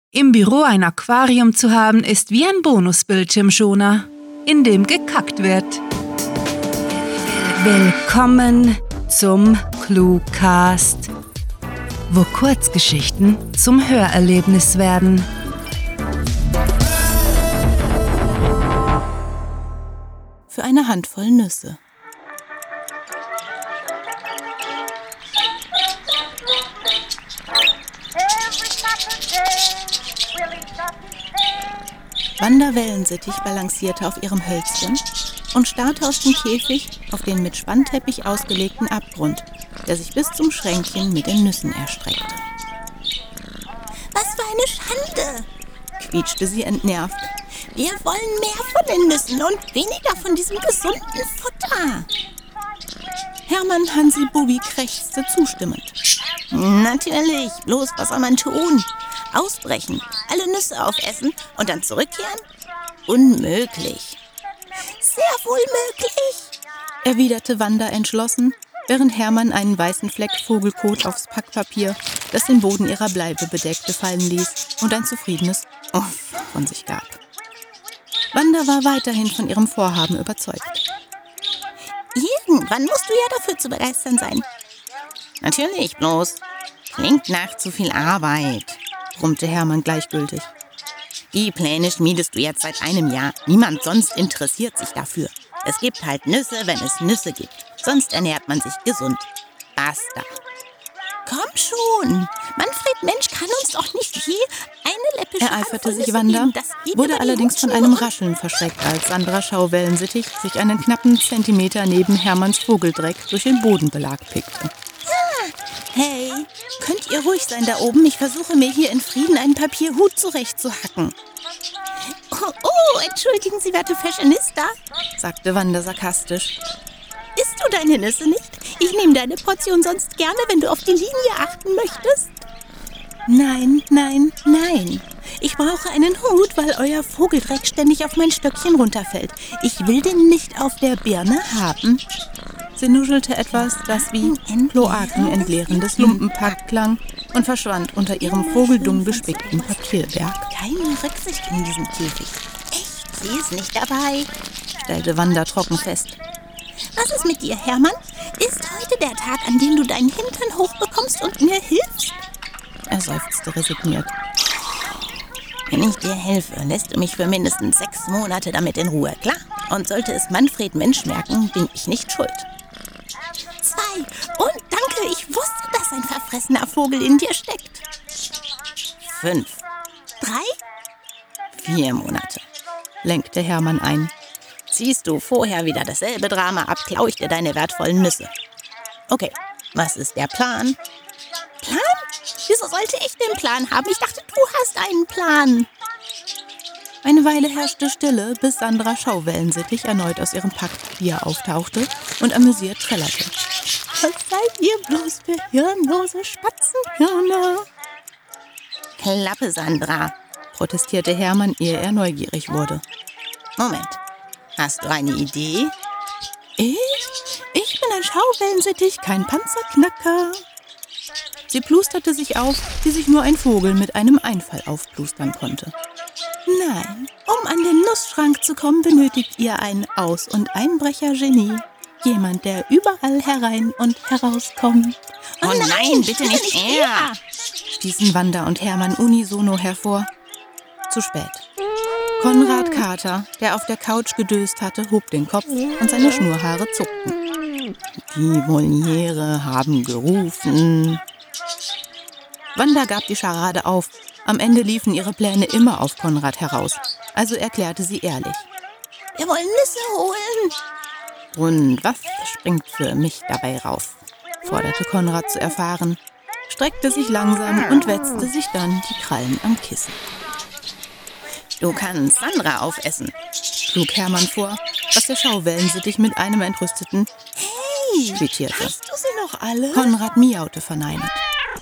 Im Büro ein Aquarium zu haben, ist wie ein Bonus-Bildschirmschoner, in dem gekackt wird. Willkommen zum Cluecast, wo Kurzgeschichten zum Hörerlebnis werden. Für eine Handvoll Nüsse. Wanda Wellensittich balancierte auf ihrem Hölzchen und starrte aus dem Käfig auf den mit Spannteppich ausgelegten Abgrund, der sich bis zum Schränkchen mit den Nüssen erstreckte. Was für eine Schande, quietschte sie entnervt. Wir wollen mehr von den Nüssen und weniger von diesem gesunden Futter. Hermann Hansi Bubi krächzte zustimmend. Natürlich, bloß was soll man tun? Ausbrechen, alle Nüsse aufessen und dann zurückkehren? Unmöglich. Sehr wohl möglich, erwiderte Wanda entschlossen, während Hermann einen weißen Fleck Vogelkot aufs Packpapier, das den Boden ihrer Bleibe bedeckte, fallen ließ und ein zufriedenes Uff von sich gab. Wanda war weiterhin von ihrem Vorhaben überzeugt. Irgendwann musst du ja dafür zu begeistern sein. Natürlich, bloß klingt nach zu viel Arbeit, brummte Hermann gleichgültig. Die Pläne schmiedest du jetzt seit einem Jahr. Niemand sonst interessiert sich dafür. Es gibt halt Nüsse, wenn es Nüsse gibt. Sonst ernährt man sich gesund. Basta. Komm schon. Manfred Mensch kann uns doch nicht je eine läppische ereiferte sich Wanda, wurde allerdings von einem Rascheln verschreckt, als Sandra Schau-Wellensittich sich einen knappen Zentimeter neben Hermanns Vogeldreck durch den Bodenbelag pickte. Hey, könnt ihr ruhig sein da oben? Ich versuche mir hier in Frieden einen Papierhut zurechtzuhacken. Oh, entschuldigen Sie, werte Fashionista, sagte Wanda sarkastisch. Isst du deine Nüsse nicht? Ich nehme deine Portion sonst gerne, wenn du auf die Linie achten möchtest. Nein, nein, nein. Ich brauche einen Hut, weil euer Vogeldreck ständig auf mein Stöckchen runterfällt. Ich will den nicht auf der Birne haben. Sie nuschelte etwas, das wie kloakenentleerendes Lumpenpack klang und verschwand unter ihrem vogeldung gespickten Papierberg. Keine Rücksicht in diesem Käfig. Echt, sie ist nicht dabei, stellte Wanda trocken fest. Was ist mit dir, Hermann? Ist heute der Tag, an dem du deinen Hintern hochbekommst und mir hilfst? Er seufzte resigniert. Wenn ich dir helfe, lässt du mich für mindestens 6 Monate damit in Ruhe, klar? Und sollte es Manfred Mensch merken, bin ich nicht schuld. 2. Und danke, ich wusste, dass ein verfressener Vogel in dir steckt. 5. 3. 4 Monate, lenkte Hermann ein. Ziehst du vorher wieder dasselbe Drama ab, klau ich dir deine wertvollen Nüsse. Okay, was ist der Plan? Plan? Wieso sollte ich den Plan haben? Ich dachte, du hast einen Plan. Eine Weile herrschte Stille, bis Sandra Schau-Wellensittich erneut aus ihrem Packpapier auftauchte und amüsiert trällerte. Was seid ihr bloß für hirnlose Spatzenhirne? Klappe, Sandra, protestierte Hermann, ehe er neugierig wurde. Moment, hast du eine Idee? Ich bin ein Schau-Wellensittich, kein Panzerknacker. Sie plusterte sich auf, wie sich nur ein Vogel mit einem Einfall aufplustern konnte. Nein, um an den Nussschrank zu kommen, benötigt ihr ein Aus- und Einbrecher-Genie. Jemand, der überall herein und herauskommt. Oh nein, bitte nicht er! stießen Wanda und Hermann unisono hervor. Zu spät. Konrad Kater, der auf der Couch gedöst hatte, hob den Kopf und seine Schnurrhaare zuckten. Die Voliere haben gerufen. Wanda gab die Scharade auf. Am Ende liefen ihre Pläne immer auf Konrad heraus. Also erklärte sie ehrlich. Wir wollen Nüsse holen. Und was springt für mich dabei raus? Forderte Konrad zu erfahren, streckte sich langsam und wetzte sich dann die Krallen am Kissen. Du kannst Sandra aufessen, schlug Hermann vor, was der Schau-Wellensittich mit einem entrüsteten Hey, quittierte. Hast du sie noch alle? Konrad miaute verneinend.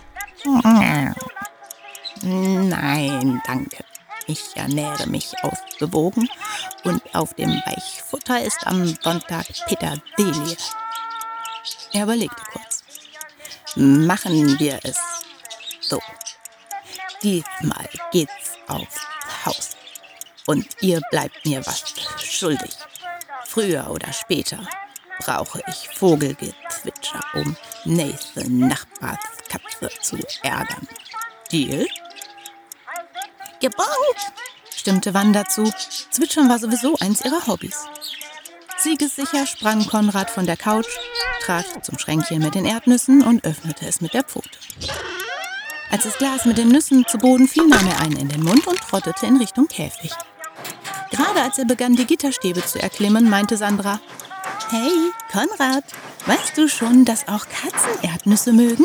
Nein, danke. Ich ernähre mich ausgewogen und auf dem Weichfutter ist am Sonntag Petersilie. Er überlegte kurz. Machen wir es so. diesmal geht's aufs Haus. Und ihr bleibt mir was schuldig. Früher oder später brauche ich Vogelgezwitscher, um Nathan Nachbarskatze zu ärgern. Deal? Gebongt! Stimmte Wanda zu. Zwitschern war sowieso eins ihrer Hobbys. Siegessicher sprang Konrad von der Couch, trat zum Schränkchen mit den Erdnüssen und öffnete es mit der Pfote. Als das Glas mit den Nüssen zu Boden fiel, nahm er einen in den Mund und trottete in Richtung Käfig. Gerade als er begann, die Gitterstäbe zu erklimmen, meinte Sandra: »Hey, Konrad, weißt du schon, dass auch Katzen Erdnüsse mögen?«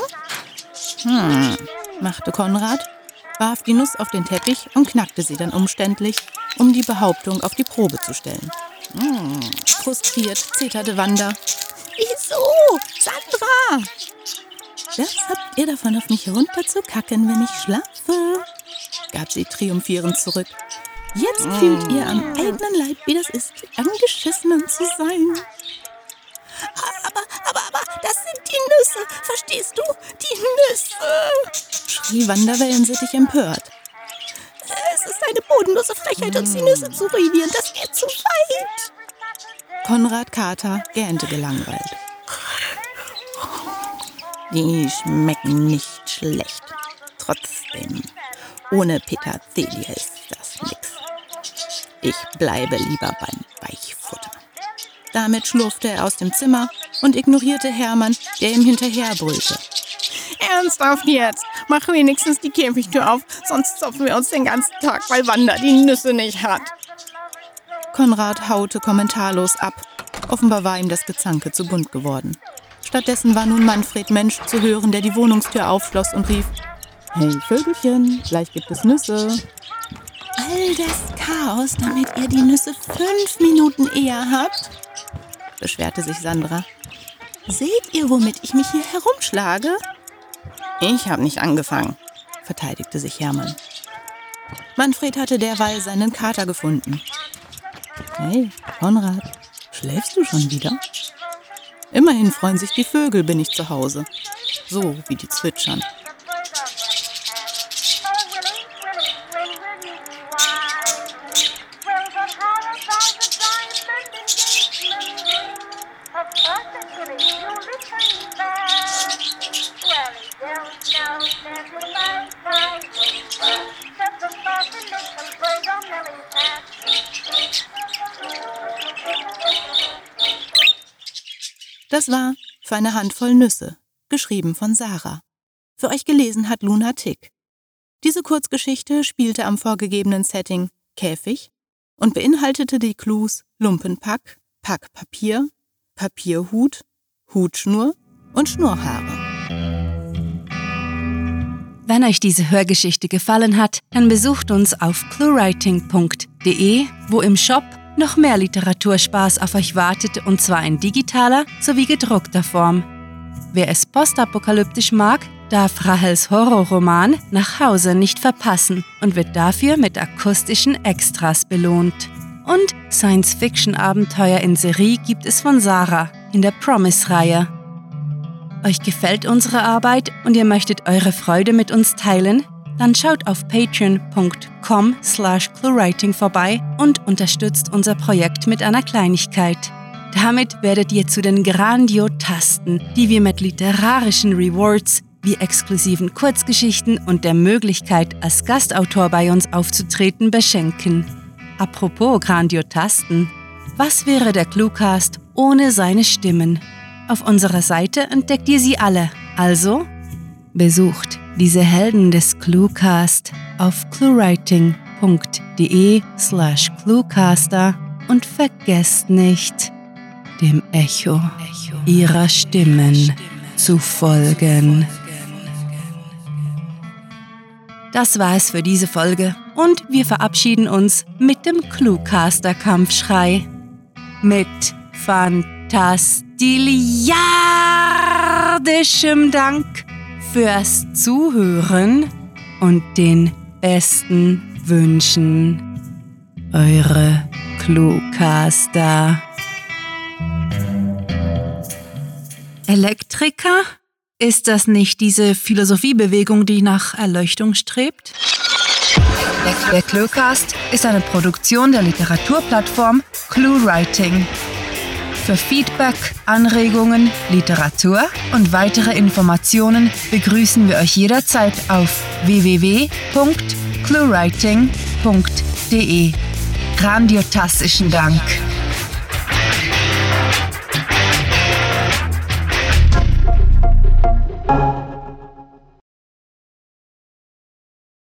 machte Konrad, warf die Nuss auf den Teppich und knackte sie dann umständlich, um die Behauptung auf die Probe zu stellen. Frustriert zeterte Wanda. Wieso? Sandra! »Was habt ihr davon, auf mich runterzukacken, wenn ich schlafe?« gab sie triumphierend zurück. »Jetzt fühlt ihr am eigenen Leib, wie das ist, angeschissenen zu sein.« Aber, das sind die Nüsse, verstehst du? Die Nüsse! Schrie Wanda wellensittig empört. Es ist eine bodenlose Frechheit, uns die Nüsse zu ruinieren. Das geht zu weit. Konrad Kater gähnte gelangweilt. Die schmecken nicht schlecht. Trotzdem, ohne Petersilie ist das nix. Ich bleibe lieber beim Weichfutter. Damit schlurfte er aus dem Zimmer und ignorierte Hermann, der ihm hinterherbrüllte. Ernsthaft jetzt? Mach wenigstens die Käfigtür auf, sonst zopfen wir uns den ganzen Tag, weil Wanda die Nüsse nicht hat. Konrad haute kommentarlos ab. Offenbar war ihm das Gezanke zu bunt geworden. Stattdessen war nun Manfred Mensch zu hören, der die Wohnungstür aufschloss und rief: »Hey Vögelchen, gleich gibt es Nüsse.« All das Chaos, damit ihr die Nüsse 5 Minuten eher habt? Beschwerte sich Sandra. »Seht ihr, womit ich mich hier herumschlage?« Ich habe nicht angefangen«, verteidigte sich Hermann. Manfred hatte derweil seinen Kater gefunden. »Hey, Konrad, schläfst du schon wieder? Immerhin freuen sich die Vögel, bin ich zu Hause. So wie die zwitschern.« Das war Für eine Handvoll Nüsse, geschrieben von Sarah. Für euch gelesen hat Luna Tick. Diese Kurzgeschichte spielte am vorgegebenen Setting Käfig und beinhaltete die Clues Lumpenpack, Packpapier, Papierhut, Hutschnur und Schnurrhaare. Wenn euch diese Hörgeschichte gefallen hat, dann besucht uns auf cluewriting.de, wo im Shop noch mehr Literaturspaß auf euch wartet, und zwar in digitaler sowie gedruckter Form. Wer es postapokalyptisch mag, darf Rahels Horrorroman Nach Hause nicht verpassen und wird dafür mit akustischen Extras belohnt. Und Science-Fiction-Abenteuer in Serie gibt es von Sarah in der Promise-Reihe. Euch gefällt unsere Arbeit und ihr möchtet eure Freude mit uns teilen? Dann schaut auf patreon.com/cluewriting vorbei und unterstützt unser Projekt mit einer Kleinigkeit. Damit werdet ihr zu den Grandiotasten, die wir mit literarischen Rewards wie exklusiven Kurzgeschichten und der Möglichkeit, als Gastautor bei uns aufzutreten, beschenken. Apropos Grandiotasten, was wäre der Cluecast ohne seine Stimmen? Auf unserer Seite entdeckt ihr sie alle, also besucht diese Helden des Cluecast auf cluewriting.de/cluecaster und vergesst nicht, dem Echo ihrer Stimmen zu folgen. Das war es für diese Folge und wir verabschieden uns mit dem Cluecaster-Kampfschrei. Mit fantastiliardischem Dank fürs Zuhören und den besten Wünschen. Eure Cluecaster. Elektriker? Ist das nicht diese Philosophiebewegung, die nach Erleuchtung strebt? Der Cluecast ist eine Produktion der Literaturplattform ClueWriting. Für Feedback, Anregungen, Literatur und weitere Informationen begrüßen wir euch jederzeit auf www.cluewriting.de. Grandiotastischen Dank.